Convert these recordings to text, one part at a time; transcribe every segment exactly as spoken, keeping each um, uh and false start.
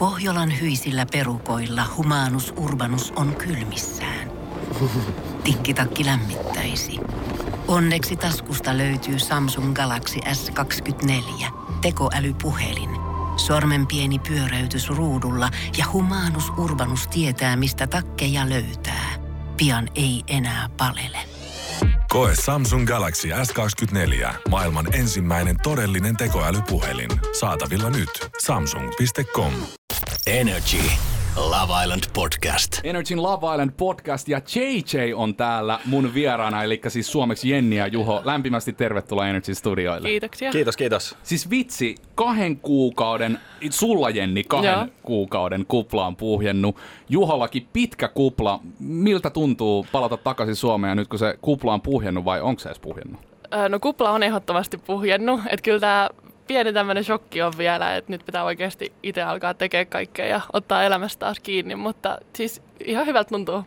Pohjolan hyisillä perukoilla Humanus Urbanus on kylmissään. Tikkitakki lämmittäisi. Onneksi taskusta löytyy Samsung Galaxy S kaksikymmentäneljä, tekoälypuhelin. Sormen pieni pyöräytys ruudulla ja Humanus Urbanus tietää, mistä takkeja löytää. Pian ei enää palele. Koe Samsung Galaxy S kaksikymmentäneljä, maailman ensimmäinen todellinen tekoälypuhelin. Saatavilla nyt. samsung piste com. Energy Love Island Podcast. Energyn Love Island Podcast ja J J on täällä mun vieraana, eli siis suomeksi Jenni ja Juho. Lämpimästi tervetuloa Energyn studioille. Kiitoksia. Kiitos, kiitos. Siis vitsi, kahden kuukauden, sulla Jenni, kahden Joo. kuukauden kupla on puhjennut. Juhollakin pitkä kupla. Miltä tuntuu palata takaisin Suomeen nyt kun se kupla on puhjennut vai onko se edes puhjennut? No kupla on ehdottomasti puhjennut. Että kyllä tämä pieni tämmöinen shokki on vielä, että nyt pitää oikeasti itse alkaa tekemään kaikkea ja ottaa elämästä taas kiinni, mutta siis ihan hyvältä tuntuu.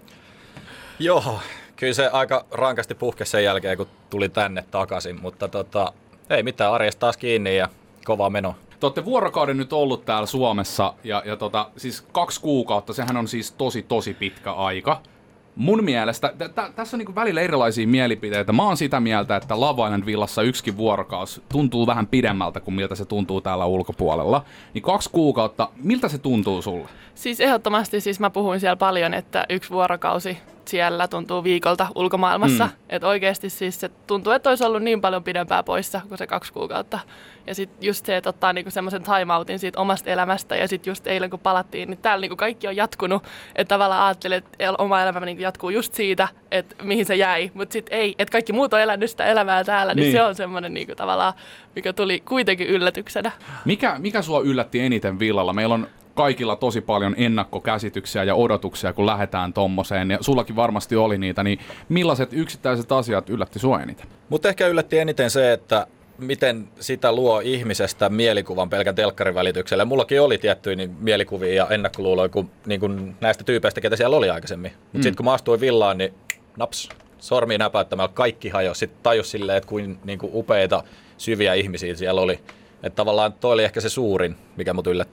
Joo, kyllä se aika rankasti puhkesi sen jälkeen, kun tuli tänne takaisin, mutta tota, ei mitään, arjesta taas kiinni ja kova meno. Te olette vuorokauden nyt ollut täällä Suomessa ja, ja tota, siis kaksi kuukautta, sehän on siis tosi tosi pitkä aika. Mun mielestä, t- t- tässä on niinku välillä erilaisia mielipiteitä. Mä oon sitä mieltä, että Love Island villassa yksikin vuorokausi tuntuu vähän pidemmältä kuin miltä se tuntuu täällä ulkopuolella. Niin kaksi kuukautta, miltä se tuntuu sulle? Siis ehdottomasti, siis mä puhuin siellä paljon, että yksi vuorokausi siellä tuntuu viikolta ulkomaailmassa. Mm. Että oikeasti siis se tuntuu, että olisi ollut niin paljon pidempää poissa kuin se kaksi kuukautta. Ja sitten just se, että ottaa niinku semmoisen time-outin siitä omasta elämästä ja sitten just eilen kun palattiin, niin täällä niinku kaikki on jatkunut. Että tavallaan ajattelin, että oma elämä niinku jatkuu just siitä, että mihin se jäi. Mutta sitten ei, että kaikki muut on elänyt sitä elämää täällä, niin, niin. se on semmoinen niinku tavallaan, mikä tuli kuitenkin yllätyksenä. Mikä, mikä sua yllätti eniten villalla? Meillä on kaikilla tosi paljon ennakkokäsityksiä ja odotuksia, kun lähdetään tommoseen, ja sullakin varmasti oli niitä, niin millaiset yksittäiset asiat yllätti sua eniten? Mutta ehkä yllätti eniten se, että miten sitä luo ihmisestä mielikuvan pelkän telkkarin välityksellä. Mullakin oli tiettyjä niin mielikuvia ja ennakkoluuloja kuin, niin kuin näistä tyypeistä, ketä siellä oli aikaisemmin. Mutta mm. sitten kun mä astuin villaan, niin naps, sormiin näpäyttämällä kaikki hajosi. Sitten tajus silleen, että kuin, niin kuin upeita, syviä ihmisiä siellä oli. Että tavallaan toi oli ehkä se suurin, mikä mut yllätti.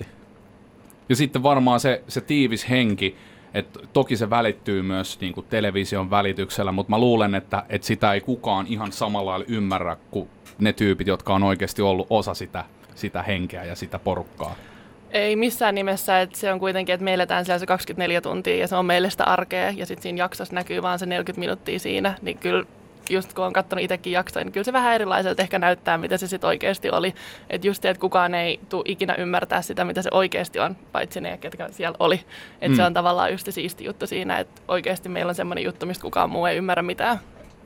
Ja sitten varmaan se, se tiivis henki, että toki se välittyy myös niin kuin television välityksellä, mutta mä luulen, että, että sitä ei kukaan ihan samalla lailla ymmärrä kuin ne tyypit, jotka on oikeasti ollut osa sitä, sitä henkeä ja sitä porukkaa. Ei missään nimessä, että se on kuitenkin, että me eletään siellä se kaksikymmentäneljä tuntia ja se on meille sitä arkea ja sitten siinä jaksossa näkyy vaan se neljäkymmentä minuuttia siinä, niin kyllä just kun on katsonut itsekin jaksoja, niin kyllä se vähän erilaiselta ehkä näyttää, mitä se sitten oikeasti oli. Että just se, että kukaan ei tule ikinä ymmärtää sitä, mitä se oikeasti on, paitsi ne, ketkä siellä oli. Että mm. se on tavallaan just se siisti juttu siinä, että oikeasti meillä on semmoinen juttu, mistä kukaan muu ei ymmärrä mitään.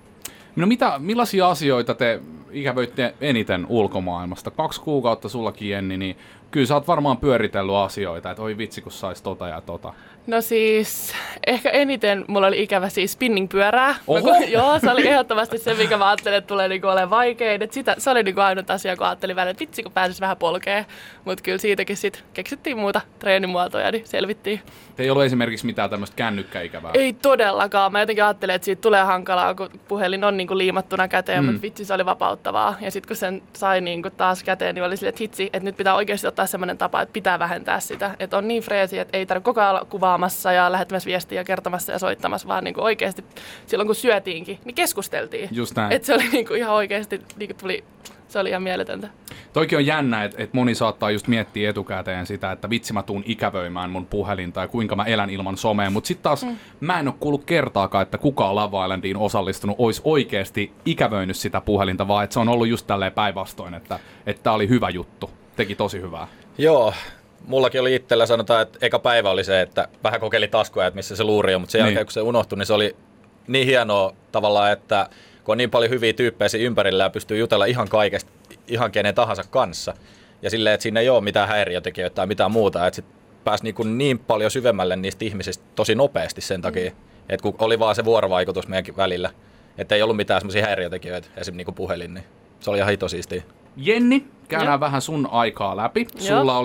No mitä, millaisia asioita te ikävöitte eniten ulkomaailmasta? Kaksi kuukautta sullakin, Jenni, niin kyllä sä oot varmaan pyöritellyt asioita, että oi vitsi, kun sais tota ja tota. No siis, ehkä eniten mulla oli ikävä siis spinningpyörää. Oho! Mä, joo, se oli ehdottomasti se, mikä mä ajattelin, että tulee niinku olemaan vaikein. Et sitä, se oli niinku ainut asia, kun ajattelin välillä, että vitsi, kun pääsis vähän polkeen. Mutta kyllä siitäkin sit keksittiin muuta treenimuotoja, niin selvittiin. Te ei ollut esimerkiksi mitään tämmöistä kännykkäikävää? Ei todellakaan. Mä jotenkin ajattelin, että siitä tulee hankalaa, kun puhelin on niinku liimattuna käteen, mm. mutta vitsi, se oli vapauttavaa. Ja sitten kun sen sai niinku taas käteen, niin oli silleen, että hitsi, että nyt pitää oikeasti ottaa semmoinen tapa, että pitää vähentää sitä. Että on niin freesi, että ei tarvitse koko ajan kuvaamassa ja lähettämässä viestiä ja kertomassa ja soittamassa, vaan niinku oikeasti silloin kun syötiinkin, niin keskusteltiin. Just näin. Että se oli niinku ihan oikeasti, niinku tuli, se oli ihan mieletöntä. Toikin on jännä, että et moni saattaa just miettiä etukäteen sitä, että vitsi mä tuun ikävöimään mun puhelinta ja kuinka mä elän ilman somea, mutta sitten taas mm. mä en ole kuullut kertaakaan, että kukaan Love Islandiin osallistunut olisi oikeasti ikävöinyt sitä puhelinta, vaan että se on ollut just tälleen päinvastoin, että tämä oli hyvä juttu, teki tosi hyvää. Joo, mullakin oli itsellä sanotaan, että eka päivä oli se, että vähän kokeili taskuja, että missä se luuri on, mutta sen niin. jälkeen kun se unohtui, niin se oli niin hienoa tavallaan, että kun on niin paljon hyviä tyyppejä ympärillä ja pystyy jutella ihan kaikesta, ihan kenen tahansa kanssa. Ja silleen, että siinä ei ole mitään häiriötekijöitä tai mitään muuta. Että sit pääsi niin, kuin niin paljon syvemmälle niistä ihmisistä tosi nopeasti sen takia. Mm. Että kun oli vaan se vuorovaikutus meidänkin välillä. Että ei ollut mitään semmoisia häiriötekijöitä, esimerkiksi niin kuin puhelin. Niin se oli ihan hito siistiä. Jenni, käydään ja. vähän sun aikaa läpi. Joo. Sulla oli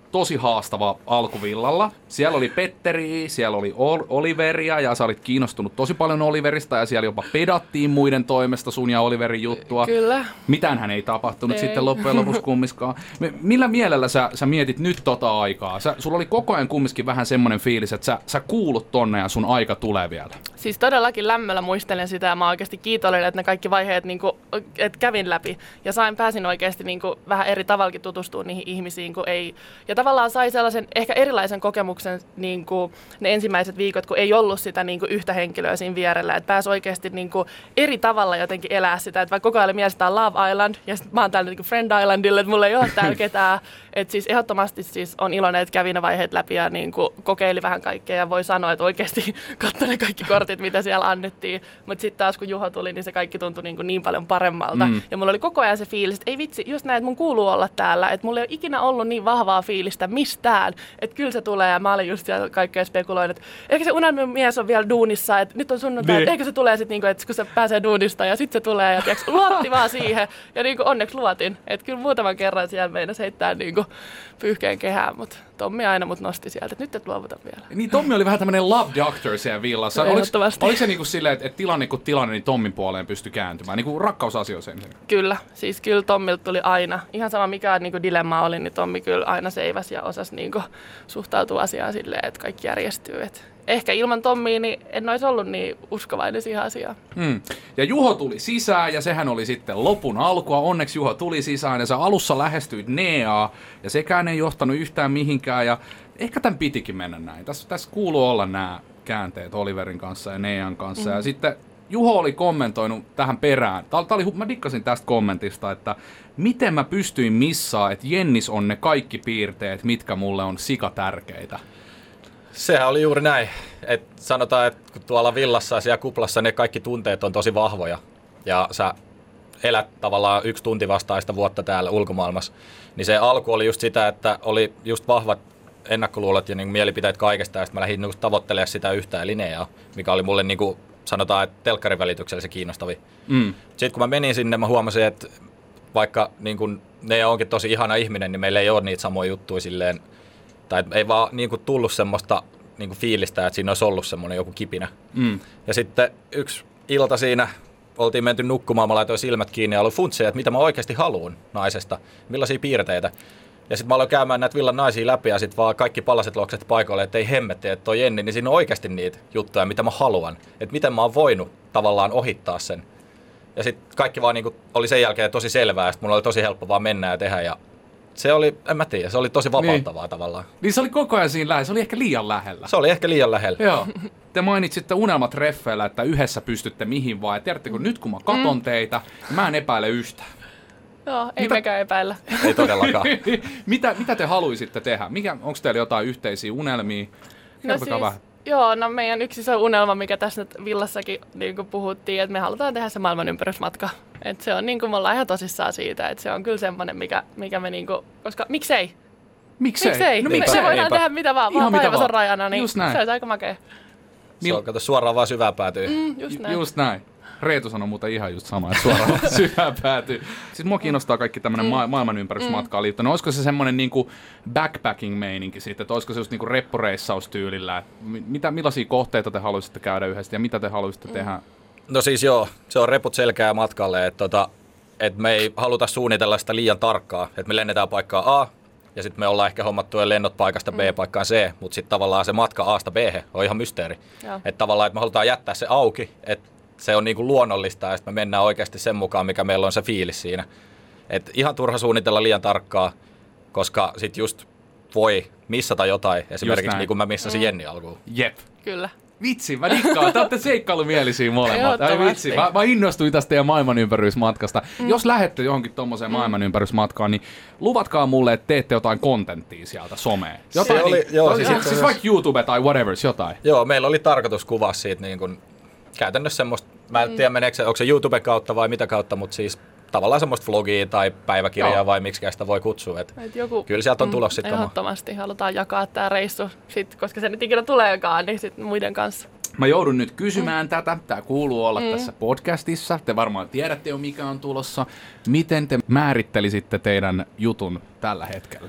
tosi haastava alkuvillalla. Siellä oli Petteri, siellä oli Ol- Oliveria ja sä olit kiinnostunut tosi paljon Oliverista ja siellä jopa pedattiin muiden toimesta sun ja Oliverin juttua. Kyllä. Mitäänhän ei tapahtunut ei. sitten loppujen lopuksi kummiskaan. Millä mielellä sä, sä mietit nyt tota aikaa? Sä, sulla oli koko ajan kumminkin vähän semmoinen fiilis, että sä, sä kuulut tonne ja sun aika tulee vielä. Siis todellakin lämmöllä muistelen sitä ja mä oon oikeasti kiitollinen, että ne kaikki vaiheet niin kuin, että kävin läpi. Ja sain, pääsin oikeasti niin kuin, vähän eri tavallakin tutustua niihin ihmisiin kuin ei. Ja tavallaan sai sellaisen ehkä erilaisen kokemuksen niin kuin, ne ensimmäiset viikot, kun ei ollut sitä niin kuin, yhtä henkilöä siinä vierellä. Että pääsi oikeasti niin kuin, eri tavalla jotenkin elää sitä. Että vaikka koko ajan mielestään Love Island ja sitten mä oon täällä niin kuin Friend Islandilla, että mulla ei ole täällä ketään. Että siis ehdottomasti siis on iloinen, että kävin ne vaiheet läpi ja niin kuin, kokeili vähän kaikkea ja voi sanoa, että oikeasti katsoi ne kaikki kortit, mitä siellä annettiin. Mutta sitten taas kun Juho tuli, niin se kaikki tuntui niin, kuin niin paljon paremmalta. Mm. Ja mulla oli koko ajan se fiilis, että ei vitsi, just näin, että mun kuuluu olla täällä. Että mulla ei ole ikinä ollut niin vahvaa fiilistä mistään. Että kyllä se tulee ja mä olin just siellä kaikkea spekuloin, että ehkä se unelmien mies on vielä duunissa, että nyt on sunnuntai, että ehkä se tulee sitten, niin kuin, että kun se pääsee duunista ja sitten se tulee ja tiiäks, luotti vaan siihen. Ja niin kuin onneksi luotin. Että kyllä muutaman kerran siellä meinasi heittää niin kuin pyyhkeen kehään, mutta Tommi aina mut nosti sieltä, että nyt et luovuta vielä. Niin Tommi oli vähän tämmöinen love doctor siellä villassa. Oliko, oliko se niinku silleen, että et tilanne kun tilanne, niin Tommin puoleen pystyi kääntymään? Niinku rakkausasioissa ensin? Kyllä, siis kyllä Tommilta tuli aina. Ihan sama mikä niinku dilemma oli, niin Tommi kyllä aina seiväsi ja osasi niinku suhtautua asiaan silleen, että kaikki järjestyy. Et ehkä ilman Tommia niin en olisi ollut niin uskovainen siihen asiaan. Hmm. Ja Juho tuli sisään ja sehän oli sitten lopun alkua. Onneksi Juho tuli sisään ja sä alussa lähestyit Neaa ja sekään ei johtanut yhtään mihinkään. Ja ehkä tämän pitikin mennä näin. Tässä, tässä kuuluu olla nämä käänteet Oliverin kanssa ja Nean kanssa. Mm. Ja sitten Juho oli kommentoinut tähän perään. Tää oli, mä dikkasin tästä kommentista, että miten mä pystyin missaa, että Jennis on ne kaikki piirteet, mitkä mulle on sikatärkeitä. Sehän oli juuri näin. Et sanotaan, että kun tuolla villassa ja siellä kuplassa ne kaikki tunteet on tosi vahvoja. Ja sä elät tavallaan yksi tunti vastaista vuotta täällä ulkomaailmassa. Niin se alku oli just sitä, että oli just vahvat ennakkoluulot ja niin mielipiteet kaikesta. Ja sitten mä lähdin niin tavoittelemaan sitä yhtä Neaa, mikä oli mulle niin kuin, sanotaan, että telkkarin välityksellä se kiinnostavi. Mm. Sitten kun mä menin sinne, mä huomasin, että vaikka niin kuin Nea onkin tosi ihana ihminen, niin meillä ei ole niitä samoja juttuja silleen. Tai ei vaan niin kuin tullut semmoista niin kuin fiilistä, että siinä olisi ollut semmoinen joku kipinä. Mm. Ja sitten yksi ilta siinä oltiin menty nukkumaan, mä laitoin silmät kiinni ja aloin funtsia, että mitä mä oikeasti haluan naisesta, millaisia piirteitä. Ja sitten mä aloin käymään näitä villan naisia läpi ja sitten vaan kaikki palaset luokset paikoille, että ei hemmetti, että toi Jenni, niin siinä on oikeasti niitä juttuja, mitä mä haluan. Että miten mä oon voinut tavallaan ohittaa sen. Ja sitten kaikki vaan niin kuin oli sen jälkeen tosi selvää ja sitten mulla oli tosi helppo vaan mennä ja tehdä ja se oli, en mä tiedä, se oli tosi vapauttavaa niin. Tavallaan. Niin se oli koko ajan siinä lähellä, se oli ehkä liian lähellä. Se oli ehkä liian lähellä. Joo. Te mainitsitte unelmatreffeillä, että yhdessä pystytte mihin vaan. Ja tiedättekö, nyt kun mä katon mm. teitä, mä en epäile yhtään. Joo, ei mitä, mekään epäillä. Ei todellakaan. mitä, mitä te haluaisitte tehdä? Mikä, onko teillä jotain yhteisiä unelmia? No siis, vähän. Joo, no meidän yksi iso unelma, mikä tässä nyt villassakin niin kuin puhuttiin, että me halutaan tehdä se maailmanympärysmatka. Että se on niin kuin me ollaan ihan tosissaan siitä, että se on kyllä semmoinen, mikä, mikä me niin kuin, koska miksei? Miksei? Miksei? No, miksei? Me voidaan niinpä. Tehdä mitä vaan, vaan taivas on rajana, niin se olisi aika makea. Se on, kato, suoraan vaan syvään päätyy. Mm, just näin. Just näin. Reetu sanoi muuten ihan just sama, että suoraan syvään päätyy. Siis mua kiinnostaa kaikki tämmöinen mm. ma- maailmanympärysmatkaan liittyen. No, olisiko se semmoinen niinku backpacking-meininki sitten, että olisiko se just niinku reppureissaustyylillä? Mitä, millaisia kohteita te haluaisitte käydä yhdessä ja mitä te haluaisitte mm. tehdä? No siis joo, se on reput selkää matkalle, että tota, et me ei haluta suunnitella sitä liian tarkkaa, että me lennetään paikkaan A, ja sitten me ollaan ehkä hommattu jo lennot paikasta B mm. paikkaan C, mutta sitten tavallaan se matka A:sta B:hen on ihan mysteeri. Että tavallaan, että me halutaan jättää se auki, että se on niinku luonnollista ja sitten me mennään oikeasti sen mukaan, mikä meillä on se fiilis siinä. Et ihan turha suunnitella liian tarkkaa, koska sitten just voi missata jotain, esimerkiksi niin kuin mä missasin mm. Jenni alkuun. Jep. Kyllä. Vitsi, mä dikkaan. Te olette seikkailumielisiä molemmat. Ai vitsi, mä, mä innostuin tästä teidän maailmanympärysmatkasta. Mm. Jos lähette johonkin tommoseen mm. maailmanympärysmatkaan, niin luvatkaa mulle, että teette jotain kontenttia sieltä someen. Jotain, oli, niin, joo, to, siis, siis, siis vaikka YouTube tai whatever, jotain. Joo, meillä oli tarkoitus kuvaa siitä niin kuin, käytännössä semmoista, mä en tiedä meneekö se, onko se YouTuben kautta vai mitä kautta, mutta siis tavallaan semmoista vlogia tai päiväkirjaa no. vai miksi sitä voi kutsua. Et Et joku, kyllä sieltä on tulossa sitten. Ehdottomasti halutaan jakaa tämä reissu, sit, koska se nyt ikinä tuleekaan, niin sitten muiden kanssa. Mä joudun nyt kysymään mm. tätä. Tää kuuluu olla mm. tässä podcastissa. Te varmaan tiedätte jo, mikä on tulossa. Miten te määrittelisitte teidän jutun tällä hetkellä?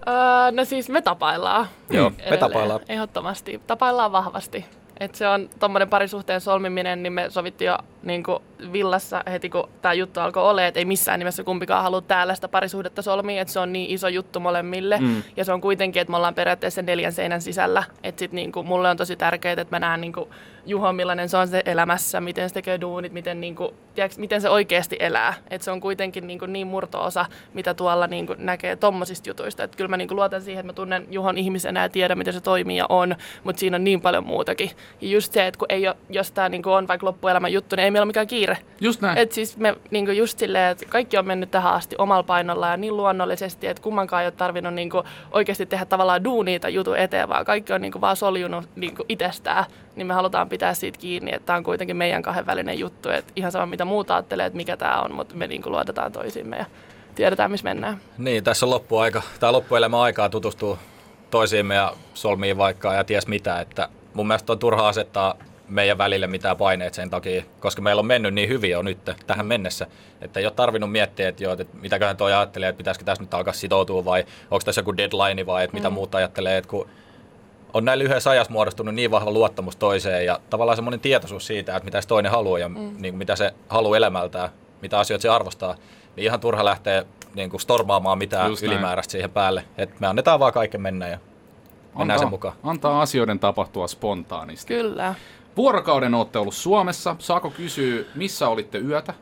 Öö, no siis me tapaillaan. Joo, me edelleen, tapaillaan. Ehdottomasti. Tapaillaan vahvasti. Et se on tommonen parisuhteen solmiminen, niin me sovittiin jo niin kuin villassa heti, kun tämä juttu alkoi olemaan, että ei missään nimessä kumpikaan halua täällä sitä parisuhdetta solmia, että se on niin iso juttu molemmille. Mm. Ja se on kuitenkin, että me ollaan periaatteessa neljän seinän sisällä. Että sit niin kuin, mulle on tosi tärkeää, että mä näen niin kuin Juho, millainen se on se elämässä, miten se tekee duunit, miten, niin kuin, tiedätkö, miten se oikeasti elää. Että se on kuitenkin niin, kuin niin murto-osa, mitä tuolla niin kuin näkee tommosista jutuista. Että kyllä mä niin kuin luotan siihen, että mä tunnen Juhon ihmisenä ja tiedän, miten se toimii ja on, mutta siinä on niin paljon muutakin. Ja just se, että kun ei ole, jos tämä niin kuin on vaikka loppuelämän juttu, niin ei meillä ole mikään kiire. Just näin. Et siis me niin kuin just silleen, että kaikki on mennyt tähän asti omalla painolla ja niin luonnollisesti, että kummankaan ei ole tarvinnut niin kuin oikeasti tehdä tavallaan duunia tai jutun eteen, vaan kaikki on niin kuin vaan soljunut niin kuin itsestään. Niin me halutaan pitää siitä kiinni, että tämä on kuitenkin meidän kahden välinen juttu. Että ihan sama mitä muut ajattelee, että mikä tämä on, mutta me niin kuin luotetaan toisiimme ja tiedetään, missä mennään. Niin, tässä on loppuaika, tai loppuelämän aikaa tutustua toisiimme ja solmiin vaikka ja ties mitä. Että mun mielestä on turha asettaa meidän välille mitään paineet sen takia, koska meillä on mennyt niin hyvin jo nyt tähän mennessä, että ei ole tarvinnut miettiä, että, joo, että mitäköhän toi ajattelee, että pitäisikö tässä nyt alkaa sitoutua vai onko tässä joku deadline vai että mitä mm. muut ajattelee, että kun on näin lyhyessä ajassa muodostunut niin vahva luottamus toiseen ja tavallaan semmoinen tietoisuus siitä, että mitä se toinen haluaa ja mm. niin kuin mitä se haluaa elämältään, mitä asioita se arvostaa, niin ihan turha lähteä niin kuin stormaamaan mitään Just ylimääräistä näin. Siihen päälle. Et me annetaan vaan kaiken mennä ja mennään antaa, sen mukaan. Antaa asioiden tapahtua spontaanisti. Kyllä. Vuorokauden olette ollut Suomessa. Saako kysyä, missä olitte yötä?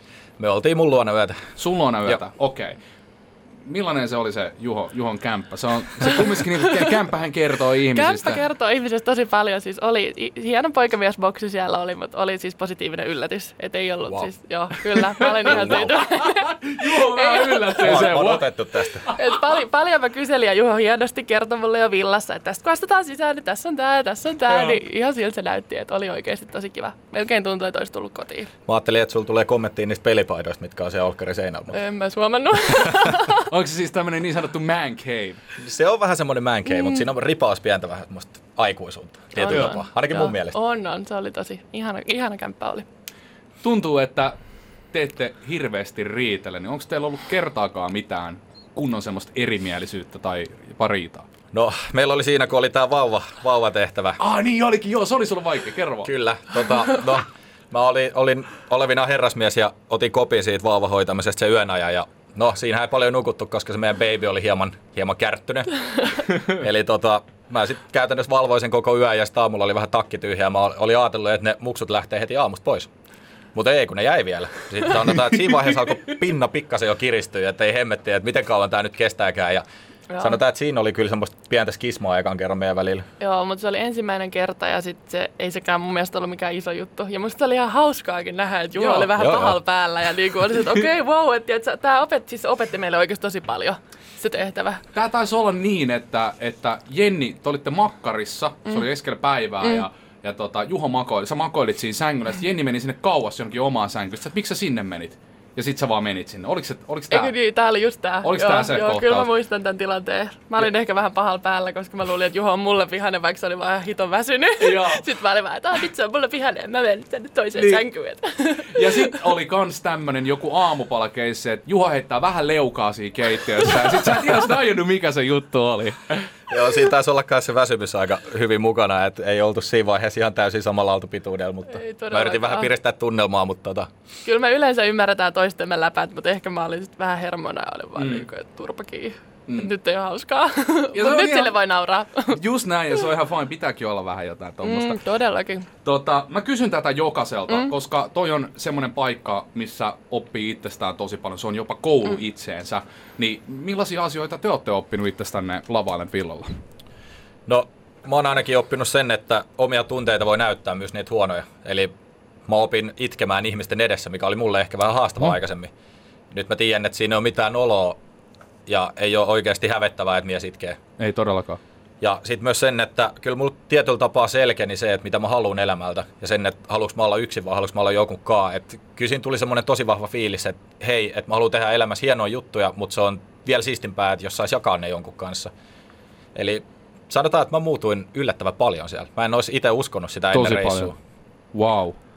Me oltiin mun luona yötä. Sun luona yötä, okei. Okay. Millainen se oli se Juho, Juhon kämppä? Se, on, se kumminkin niin kämppähän kertoo ihmisistä. Kämppä kertoo ihmisistä tosi paljon. Siis oli hieno poikamiesboksi siellä oli, mutta oli siis positiivinen yllätys. Et ei ollut wow. siis, joo, kyllä. Mä olin ihan tyytyväinen. Juho vähän yllättyi se. On otettu tästä. Et pal- paljon mä kyselin ja Juho hienosti kertoi mulle jo villassa, että tästä kun astutaan sisään, niin tässä on tää ja tässä on tää. Niin ihan siltä se näytti, että oli oikeasti tosi kiva. Melkein tuntui, että olisi tullut kotiin. Mä ajattelin, että sulla tulee kommenttiin niistä pelipaidoista, mitkä on siellä olkkarin seinällä. En mä suomannut. Onko se siis tämmöinen niin sanottu man cave? Se on vähän semmoinen man cave, mm. mutta siinä on ripaus pientä vähän semmoista aikuisuutta tietyllä tapaa. Ainakin Joo, mun mielestä. On, on. Se oli tosi ihana, ihana kämppä oli. Tuntuu, että te ette hirveästi riitele, niin onko teillä ollut kertaakaan mitään kunnon semmoista erimielisyyttä tai pariitaa? No, meillä oli siinä, kun oli tää vauva, vauvatehtävä. Ah niin olikin, joo, se oli sulla vaikea, kerro vaan. Kyllä, tota, no, mä olin, olin olevina herrasmies ja otin kopin siitä vauvahoitamisesta se yön ajan ja no, siinä ei paljon nukuttu, koska se meidän baby oli hieman, hieman kärttynyt. Eli tota, mä sitten käytännössä valvoin sen koko yön ja sitten aamulla oli vähän takki tyhjä. Mä olin ajatellut, että ne muksut lähtee heti aamusta pois. Mutta ei, kun ne jäi vielä. Sitten sanotaan, että siinä vaiheessa alkoi pinna pikkasen jo kiristyä, että ei hemmettiä, että miten kauan tää nyt kestääkään. Ja Joo. sanotaan, että siinä oli kyllä semmoista pientä skismaa ekan kerran meidän välillä. Joo, mutta se oli ensimmäinen kerta ja sitten se, ei sekään mun mielestä ollut mikään iso juttu. Ja musta oli ihan hauskaakin nähdä, että Juho Joo, oli vähän jo, pahalla jo. päällä ja niin kuin oli se, että okei, okay, wow, että tämä opetti, siis opetti meille oikeasti tosi paljon se tehtävä. Tää taisi olla niin, että, että Jenni, te olitte makkarissa, mm. se oli keskellä päivää mm. ja, ja tota, Juho makoili, sä makoilit siinä sängyllä, sitten Jenni meni sinne kauas jonnekin omaan sänkyyn, sä, miksi sä sinne menit? Ja sit sä vaan menit sinne. Oliko, se, oliko tää? Eikö niin, tää oli just tää. Oliko joo, tää se joo, kohtaus? Kyllä mä muistan tän tilanteen. Mä olin ja. ehkä vähän pahalla päällä, koska mä luulin, että Juho on mulle vihainen, vaikka se oli vaan hiton väsynyt. Sitten mä olin vaan, että nyt se on mulle vihainen, mä menen tänne toiseen niin. sänkyyn. Ja sit oli kans tämmönen joku aamupalakeissi, että Juho heittää vähän leukaa siinä keittiössä. Ja sit sä et ihan tajunnut, mikä se juttu oli. Joo, siinä taisi olla myös se väsymys aika hyvin mukana, että ei oltu siinä vaiheessa ihan täysin samalla aaltopituudella, mutta mä yritin vähän piristää tunnelmaa, mutta tota... Kyllä me yleensä ymmärretään toistemme läpät, mutta ehkä mä olin sitten vähän hermona ja olin vaan mm. niin kuin, että turpa kiinni. Mm. Nyt ei ole hauskaa, mutta nyt ihan... sille voi nauraa. Just näin, ja se on ihan fine, pitääkin olla vähän jotain tommoista. Mm, todellakin. Tota, mä kysyn tätä jokaiselta, mm. koska toi on semmoinen paikka, missä oppii itsestään tosi paljon. Se on jopa koulu mm. itseensä. Niin millaisia asioita te olette oppinut itsestänne Love Island Villalla? No, mä oon ainakin oppinut sen, että omia tunteita voi näyttää myös niitä huonoja. Eli mä opin itkemään ihmisten edessä, mikä oli mulle ehkä vähän haastavaa mm. aikaisemmin. Nyt mä tiedän, että siinä ei ole mitään oloa. Ja ei ole oikeasti hävettävää, että mies itkee. Ei todellakaan. Ja sitten myös sen, että kyllä mulla tietyllä tapaa selkeni se, että mitä mä haluan elämältä. Ja sen, että haluanko mä olla yksin vai haluanko mä olla jonkun kaa. Että kyllä siinä tuli semmoinen tosi vahva fiilis, että hei, että mä haluan tehdä elämässä hienoja juttuja, mutta se on vielä siistimpää, että jos sais jakaa ne jonkun kanssa. Eli sanotaan, että mä muutuin yllättävän paljon siellä. Mä en olisi itse uskonut sitä tosi ennen reissua. Paljon. Wow.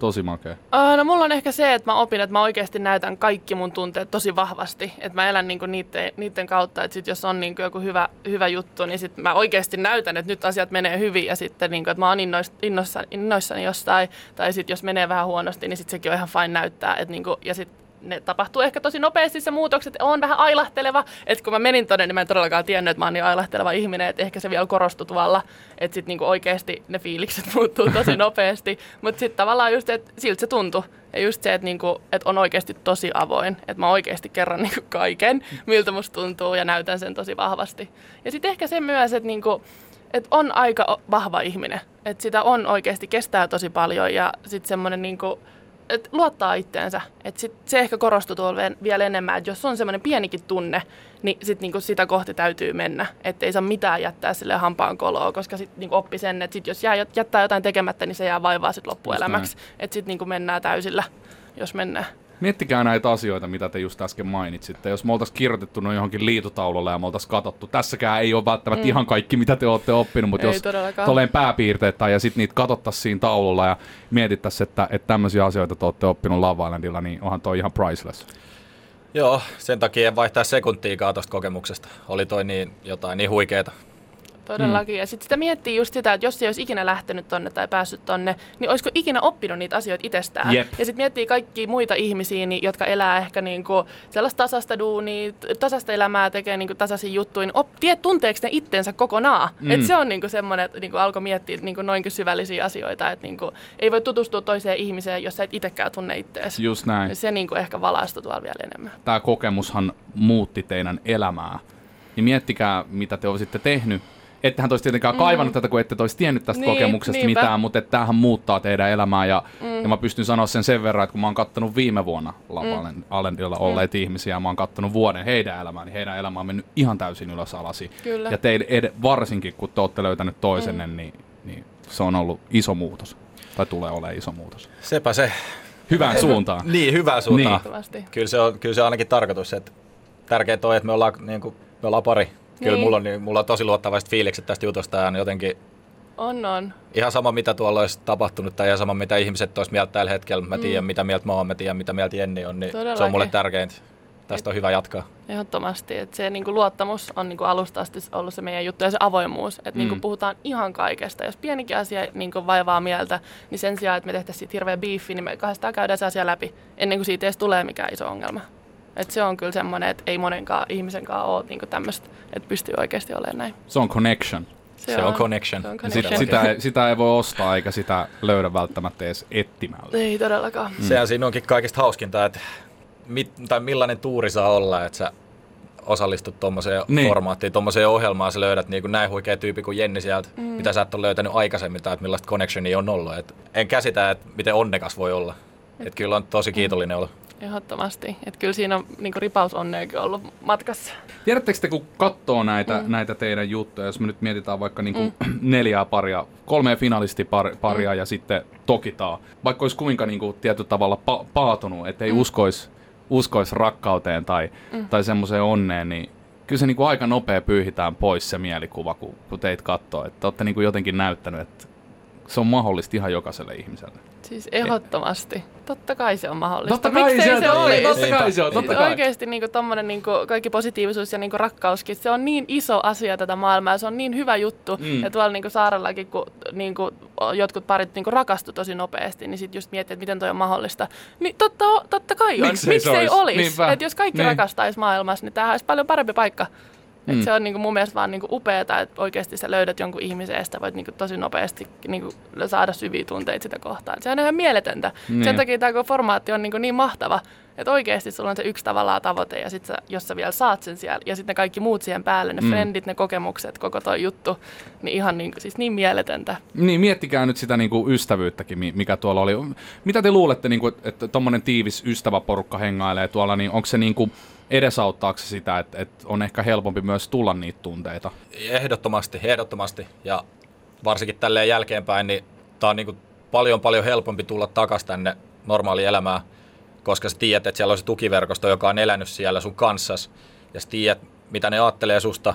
tosi makea. Uh, no mulla on ehkä se, että mä opin, että mä oikeasti näytän kaikki mun tunteet tosi vahvasti. Että mä elän niinku niiden, niiden kautta, että sit jos on niinku joku hyvä, hyvä juttu, niin sit mä oikeasti näytän, että nyt asiat menee hyvin. Ja sitten niinku, että mä oon innois, innoissani, innoissani jostain. Tai sit jos menee vähän huonosti, niin sit sekin on ihan fine näyttää. Et niinku, ja sit ne tapahtuu ehkä tosi nopeasti se muutokset. On vähän ailahteleva. Että kun mä menin tonne, niin mä en todellakaan tiennyt, että mä oon niin ailahteleva ihminen. Että ehkä se vielä korostui tuolla. Että sit niinku oikeasti ne fiilikset muuttuu tosi nopeasti. Mutta sitten tavallaan just, että siltä se tuntui. Ja just se, että niinku, et on oikeasti tosi avoin. Että mä oikeasti kerron niinku kaiken, miltä musta tuntuu ja näytän sen tosi vahvasti. Ja sitten ehkä se myös, että niinku, et on aika vahva ihminen. Että sitä on oikeasti, kestää tosi paljon ja sitten semmoinen niinku, että luottaa itteensä. Että sit se ehkä korostuu tuolla vielä enemmän, että jos on semmoinen pienikin tunne, niin sit niinku sitä kohti täytyy mennä. Että ei saa mitään jättää sille hampaan koloon, koska sit niinku oppi sen, että sit jos jää, jättää jotain tekemättä, niin se jää vaivaa sit loppuelämäksi. Että sitten niinku mennään täysillä, jos mennään. Miettikää näitä asioita, mitä te just äsken mainitsitte. Jos me oltaisiin kirjoitettu noin johonkin liitutaululle ja me oltaisiin katsottu, tässäkään ei ole välttämättä mm. ihan kaikki, mitä te olette oppinut, mutta ei jos tolleen pääpiirteet tai ja sitten niitä katsottaisiin siinä taululla ja mietittäisiin, että, että tämmöisiä asioita te olette oppinut Love Islandilla, niin onhan toi ihan priceless. Joo, sen takia en vaihtaa sekuntiikaan tuosta kokemuksesta. Oli toi niin jotain niin huikeeta. Todellakin. Mm. Ja sitten sitä miettii just sitä, että jos ei olisi ikinä lähtenyt tonne tai päässyt tonne, niin olisiko ikinä oppinut niitä asioita itsestään. Jep. Ja sitten miettii kaikkia muita ihmisiä, niin, jotka elää ehkä niinku sellaista tasasta duunia, tasasta elämää, tekee niinku tasaisia juttuja. Niin op, tiedät, tunteeko ne itsensä kokonaan? Mm. Et se on niinku semmoinen, että niinku alkoi miettiä niinku noinkin syvällisiä asioita. Että niinku, ei voi tutustua toiseen ihmiseen, jos sä et itsekään tunne itseäsi. Just näin. Ja se niinku ehkä valaistui tuolla vielä enemmän. Tämä kokemushan muutti teidän elämää. Ja miettikää, mitä te olisitte tehnyt. Ettehän te olisi tietenkään mm. kaivannut tätä, kun ette olisi tiennyt tästä niin, kokemuksesta niinpä. mitään, mutta tämähän muuttaa teidän elämää. Ja, mm. ja mä pystyn sanoa sen sen verran, että kun mä oon kattonut viime vuonna Love Islandilla olleet mm. ihmisiä, ja mä oon kattonut vuoden heidän elämää, niin heidän elämä on mennyt ihan täysin ylös alasi. Kyllä. Ja teille ed- varsinkin, kun te olette löytänyt toisenne, mm. niin, niin se on ollut iso muutos. Tai tulee olemaan iso muutos. Sepä se. Hyvään suuntaan. Niin, hyvään suuntaan. Niin. Kyllä se on, kyllä se on ainakin tarkoitus. Että tärkeintä on, että me ollaan, niin kuin, me ollaan pari. Kyllä niin. mulla, on, niin, mulla on tosi luottavaiset fiilikset tästä jutusta ja jotenkin on, on. Ihan sama mitä tuolla olisi tapahtunut tai ihan sama mitä ihmiset olisi mieltä tällä hetkellä. Mä tiedän mm. mitä mieltä mä oon, mä tiedän mitä mieltä Jenni on, niin todellakin. Se on mulle tärkeintä. Tästä on hyvä jatkaa. Ehdottomasti. Että se niinku luottamus on niinku alusta asti ollut se meidän juttu ja se avoimuus. Että mm. niinku puhutaan ihan kaikesta. Jos pienikin asia niinku vaivaa mieltä, niin sen sijaan, että me tehtäisiin siitä hirveä biifi, niin me kahdestaan käydään se asia läpi ennen kuin siitä edes tulee mikään iso ongelma. Et se on kyllä semmoinen, että ei monenkaan ihmisenkaan ole niinku tämmöistä, että pystyy oikeasti olemaan näin. Se on connection. Se, se on, on connection. Se on connection. Sitä, sitä, ei, sitä ei voi ostaa eikä sitä löydä välttämättä edes etsimällä. Ei todellakaan. Mm. Sehän siinä onkin kaikista hauskinta, että mit, tai millainen tuuri saa olla, että sä osallistut tuommoiseen niin. formaattiin, tuommoiseen ohjelmaan, sä löydät niin kuin näin huikea tyyppi kuin Jenni sieltä, mm. mitä sä et ole löytänyt aikaisemmin tai että millaista connectionia on ollut. Et en käsitä, että miten onnekas voi olla. Et et kyllä on tosi kiitollinen olla. Ehdottomasti. Että kyllä siinä on niinku ripaus onneakin ollut matkassa. Tiedättekö te, kun katsoo näitä, mm. näitä teidän juttuja, jos me nyt mietitään vaikka niinku mm. neljää paria, kolmea finalistiparia mm. ja sitten Tokitaa, vaikka olisi kuinka niinku tietyllä tavalla pa- paatunut, ettei mm. uskoisi uskois rakkauteen tai, mm. tai semmoiseen onneen, niin kyllä se niinku aika nopea pyyhitään pois se mielikuva, kun, kun teitä katsoo. Että olette niinku jotenkin näyttänyt, että se on mahdollista ihan jokaiselle ihmiselle. Siis ehdottomasti. Totta kai se on mahdollista. Totta kai Miksei se olisi? Totta kai se on. Totta kai. Oikeasti niin tommonen niin kaikki positiivisuus ja niin rakkauskin, se on niin iso asia tätä maailmaa ja se on niin hyvä juttu. Mm. Ja tuolla niin saarellakin, kun niin jotkut parit niin rakastu tosi nopeasti, niin sitten just miettii, että miten toi on mahdollista. Niin totta, totta kai on. Miksei, Miksei olisi? Että jos kaikki niin. rakastaisi maailmassa, niin tämähän olisi paljon parempi paikka. Mm. Et se on niinku mun mielestä vaan niinku upeata, että oikeasti sä löydät jonkun ihmisen ja sitä voit niinku tosi nopeasti niinku saada syviä tunteita sitä kohtaan. Se on ihan mieletöntä. Niin. Sen takia tämä formaatti on niinku niin mahtava, että oikeasti sulla on se yksi tavallaan tavoite ja sit sä, jos sä vielä saat sen siellä ja sitten ne kaikki muut siihen päälle, ne mm. friendit, ne kokemukset, koko toi juttu, niin ihan niinku, siis niin mieletöntä. Niin, miettikää nyt sitä niinku ystävyyttäkin, mikä tuolla oli. Mitä te luulette, niinku, että tommonen tiivis ystäväporukka hengailee tuolla, niin onko se niinku edesauttaako se sitä, että, että on ehkä helpompi myös tulla niitä tunteita? Ehdottomasti, ehdottomasti. Ja varsinkin tälleen jälkeenpäin, niin tää on niinku paljon paljon helpompi tulla takaisin tänne normaaliin elämään, koska sä tiedät, että siellä on se tukiverkosto, joka on elänyt siellä sun kanssas. Ja sä tiedät, mitä ne ajattelee susta.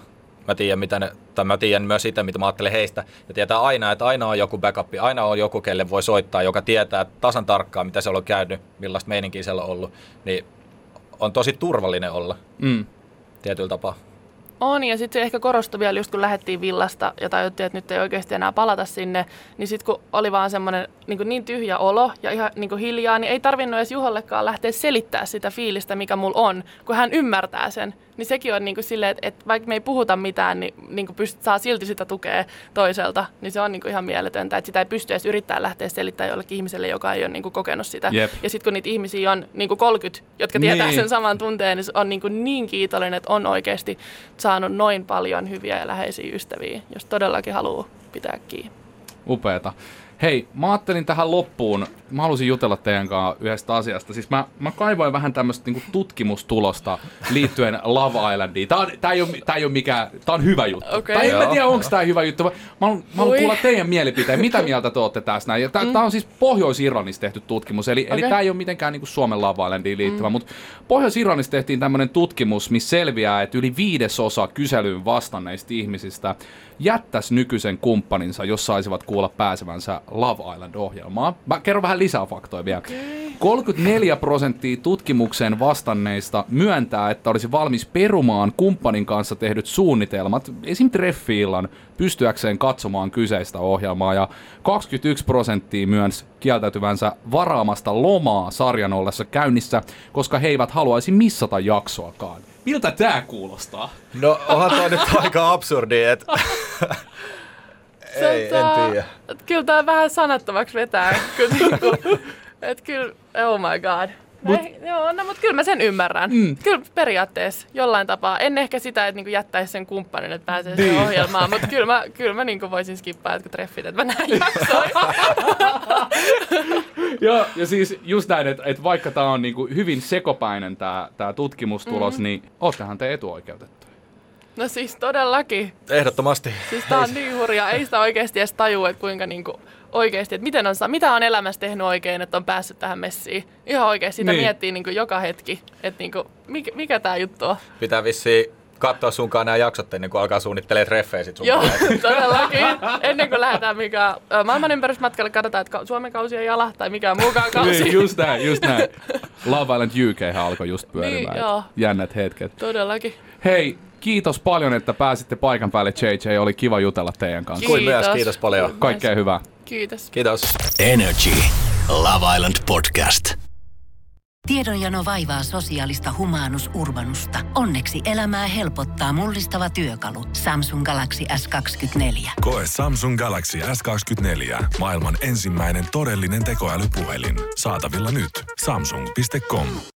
mä tiedän, mitä ne, tai mä tiedän myös sitä, mitä mä ajattelen heistä. Ja tietää aina, että aina on joku backup, aina on joku, kelle voi soittaa, joka tietää tasan tarkkaan, mitä siellä on käynyt, millaista meininkiä siellä on ollut. Niin on tosi turvallinen olla mm. tietyllä tapaa. On, ja sitten se ehkä korostui vielä just kun lähdettiin villasta ja tajuttiin, että nyt ei oikeasti enää palata sinne, niin sitten kun oli vaan semmoinen niin, niin tyhjä olo ja ihan niin hiljaa, niin ei tarvinnut edes Juhollekaan lähteä selittää sitä fiilistä, mikä mulla on, kun hän ymmärtää sen. Niin sekin on niin kuin silleen, että, että vaikka me ei puhuta mitään, niin, niin kuin pystyt, saa silti sitä tukea toiselta, niin se on niin kuin ihan mieletöntä, että sitä ei pysty edes yrittää lähteä selittämään jollekin ihmiselle, joka ei ole niin kuin kokenut sitä. Jep. Ja sitten kun niitä ihmisiä on niin kuin kolmekymmentä, jotka tietää niin. sen saman tunteen, niin on niin, kuin niin kiitollinen, että on oikeasti saanut noin paljon hyviä ja läheisiä ystäviä, jos todellakin haluaa pitää kiinni. Upeeta. Hei, mä ajattelin tähän loppuun, mä halusin jutella teidän kanssa yhdestä asiasta. Siis mä, mä kaivoin vähän tämmöistä niinku tutkimustulosta liittyen Love Islandiin. Tää, on, tää, ei ole, tää ei ole mikään, tää on hyvä juttu. Okay. Tai en mä tiedä, onko tää hyvä juttu. Mä haluan, mä haluan kuulla teidän mielipiteen, mitä mieltä te ootte tästä näin. Ja tää, mm. tää on siis Pohjois-Irlannissa tehty tutkimus, eli, okay. eli tää ei ole mitenkään niinku Suomen Love Islandiin liittyvä. Mm. Mutta Pohjois-Irlannissa tehtiin tämmönen tutkimus, missä selviää, että yli viidesosa kyselyyn vastanneista ihmisistä jättäisi nykyisen kumppaninsa, jos saisivat kuulla pääsevänsä Love Island-ohjelmaa. Mä kerron vähän lisää faktoja vielä. Okay. kolmekymmentäneljä prosenttia tutkimukseen vastanneista myöntää, että olisi valmis perumaan kumppanin kanssa tehdyt suunnitelmat, esim. treffi-illan, pystyäkseen katsomaan kyseistä ohjelmaa. Ja kaksikymmentäyksi prosenttia myönsi kieltäytyvänsä varaamasta lomaa sarjan ollessa käynnissä, koska he eivät haluaisi missata jaksoakaan. Miltä tää kuulostaa? No onhan toi nyt aika absurdi, että ei, en tiedä. Kyllä tää vähän sanattomaksi vetää. Että kyllä, oh my god. Mut, eh, joo, no, mutta kyllä mä sen ymmärrän. Mm. Kyllä periaatteessa jollain tapaa. En ehkä sitä, että niinku jättäisi sen kumppanin, että pääsee siihen niin. ohjelmaan, mutta kyllä mä, kyllä mä niinku voisin skippaa jotkut treffit, että mä näin jaksoin. Joo, ja siis just näin, että, että vaikka tää on niinku hyvin sekopäinen tää, tää tutkimustulos, mm. niin oottehan te etuoikeutettu. No siis todellakin. Ehdottomasti. Siis tää on niin hurjaa. Ei sitä oikeasti edes tajua, että kuinka niinku oikeasti, että miten on, mitä on elämässä tehnyt oikein, että on päässyt tähän messiin. Ihan oikeasti sitä niin. miettii niinku joka hetki, että niinku, mikä, mikä tää juttu on. Pitää vissiin katsoa sunkaan nämä jaksot ennen kuin alkaa suunnittelemaan treffejä sit sun Joo, todellakin. Ennen kuin lähdetään mikään maailman ympärysmatkalle, katsotaan, että Suomen kausi ei ala tai mikään muukaan kausi. Niin, just näin, just näin. Love Island U K alkoi just pyörimään. Niin, joo. Jännät hetket. Todellakin. Hei, kiitos paljon, että pääsitte paikan päälle, J J. Oli kiva jutella teidän kanssa. Kuin myös, kiitos paljon. Kaikkea hyvää. Kiitos. Kiitos. Energy Love Island Podcast. Tiedonjano vaivaa sosiaalista humanus urbanusta. Onneksi elämää helpottaa mullistava työkalu. Samsung Galaxy S kaksikymmentäneljä. Koe Samsung Galaxy S kaksikymmentäneljä. Maailman ensimmäinen todellinen tekoälypuhelin. Saatavilla nyt. Samsung piste com.